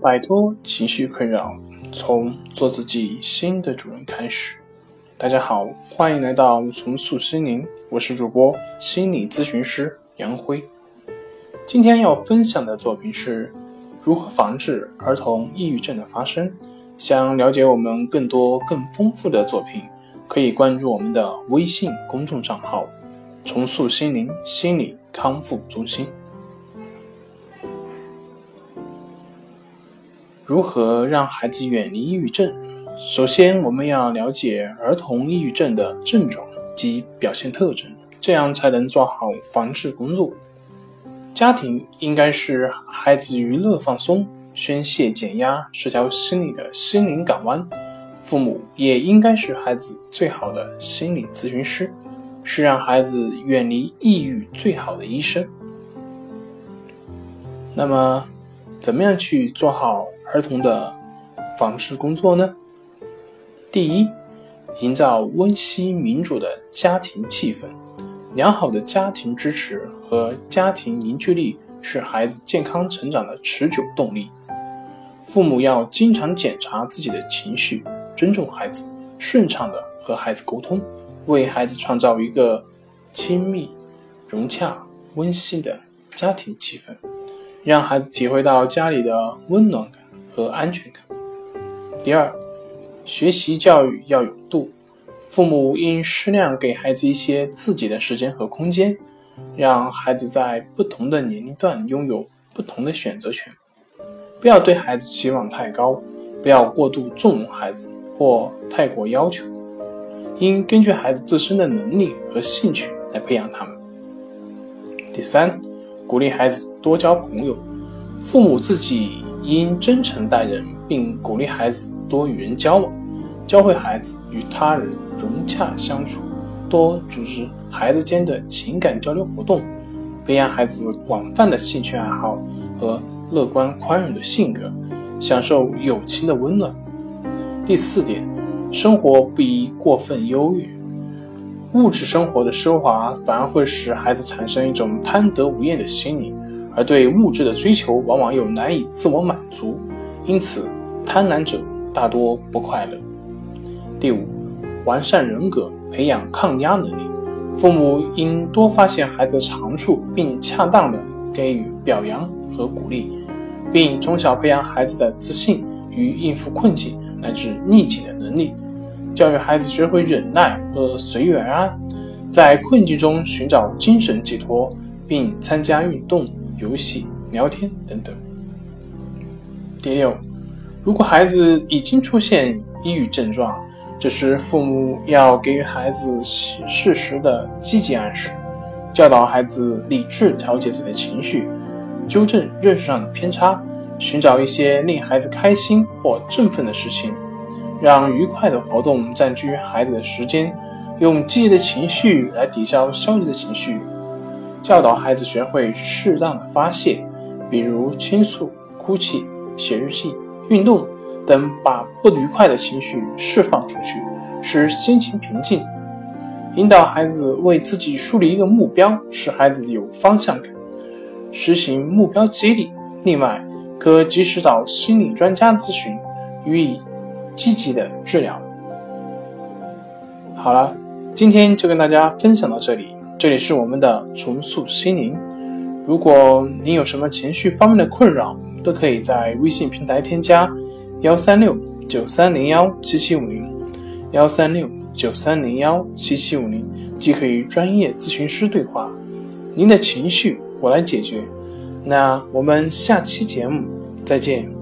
摆脱情绪困扰，从做自己新的主人开始。大家好，欢迎来到重塑心灵，我是主播心理咨询师杨辉。今天要分享的作品是如何防治儿童抑郁症的发生。想了解我们更多更丰富的作品，可以关注我们的微信公众账号重塑心灵心理康复中心。如何让孩子远离抑郁症？首先，我们要了解儿童抑郁症的症状及表现特征，这样才能做好防治工作。家庭应该是孩子娱乐放松、宣泄减压、社交心理的心灵港湾，父母也应该是孩子最好的心理咨询师，是让孩子远离抑郁最好的医生。那么怎么样去做好儿童的防治工作呢？第一，营造温馨民主的家庭气氛。良好的家庭支持和家庭凝聚力是孩子健康成长的持久动力。父母要经常检查自己的情绪，尊重孩子，顺畅地和孩子沟通，为孩子创造一个亲密、融洽、温馨的家庭气氛，让孩子体会到家里的温暖感和安全感。第二，学习教育要有度，父母应适量给孩子一些自己的时间和空间，让孩子在不同的年龄段拥有不同的选择权。不要对孩子期望太高，不要过度纵容孩子或太过要求，应根据孩子自身的能力和兴趣来培养他们。第三，鼓励孩子多交朋友，父母自己应真诚待人，并鼓励孩子多与人交往，教会孩子与他人融洽相处，多组织孩子间的情感交流活动，培养孩子广泛的兴趣爱好和乐观宽容的性格，享受友情的温暖。第四点，生活不宜过分优越，物质生活的奢华反而会使孩子产生一种贪得无厌的心理，而对物质的追求往往又难以自我满足，因此贪婪者大多不快乐。第五，完善人格，培养抗压能力。父母应多发现孩子的长处，并恰当地给予表扬和鼓励，并从小培养孩子的自信与应付困境乃至逆境的能力，教育孩子学会忍耐和随遇而安，在困境中寻找精神寄托，并参加运动、游戏、聊天等等。第六，如果孩子已经出现抑郁症状，这时父母要给予孩子适时的积极暗示，教导孩子理智调节自己的情绪，纠正认识上的偏差，寻找一些令孩子开心或振奋的事情，让愉快的活动占据孩子的时间，用积极的情绪来抵消消极的情绪，教导孩子学会适当的发泄，比如倾诉、哭泣、写日记、运动等，把不愉快的情绪释放出去，使心情平静。引导孩子为自己树立一个目标，使孩子有方向感，实行目标激励。另外，可及时找心理专家咨询，予以积极的治疗。好了，今天就跟大家分享到这里，这里是我们的重塑心灵。如果您有什么情绪方面的困扰，都可以在微信平台添加13693017750 13693017750，即可与专业咨询师对话。您的情绪我来解决。那我们下期节目再见。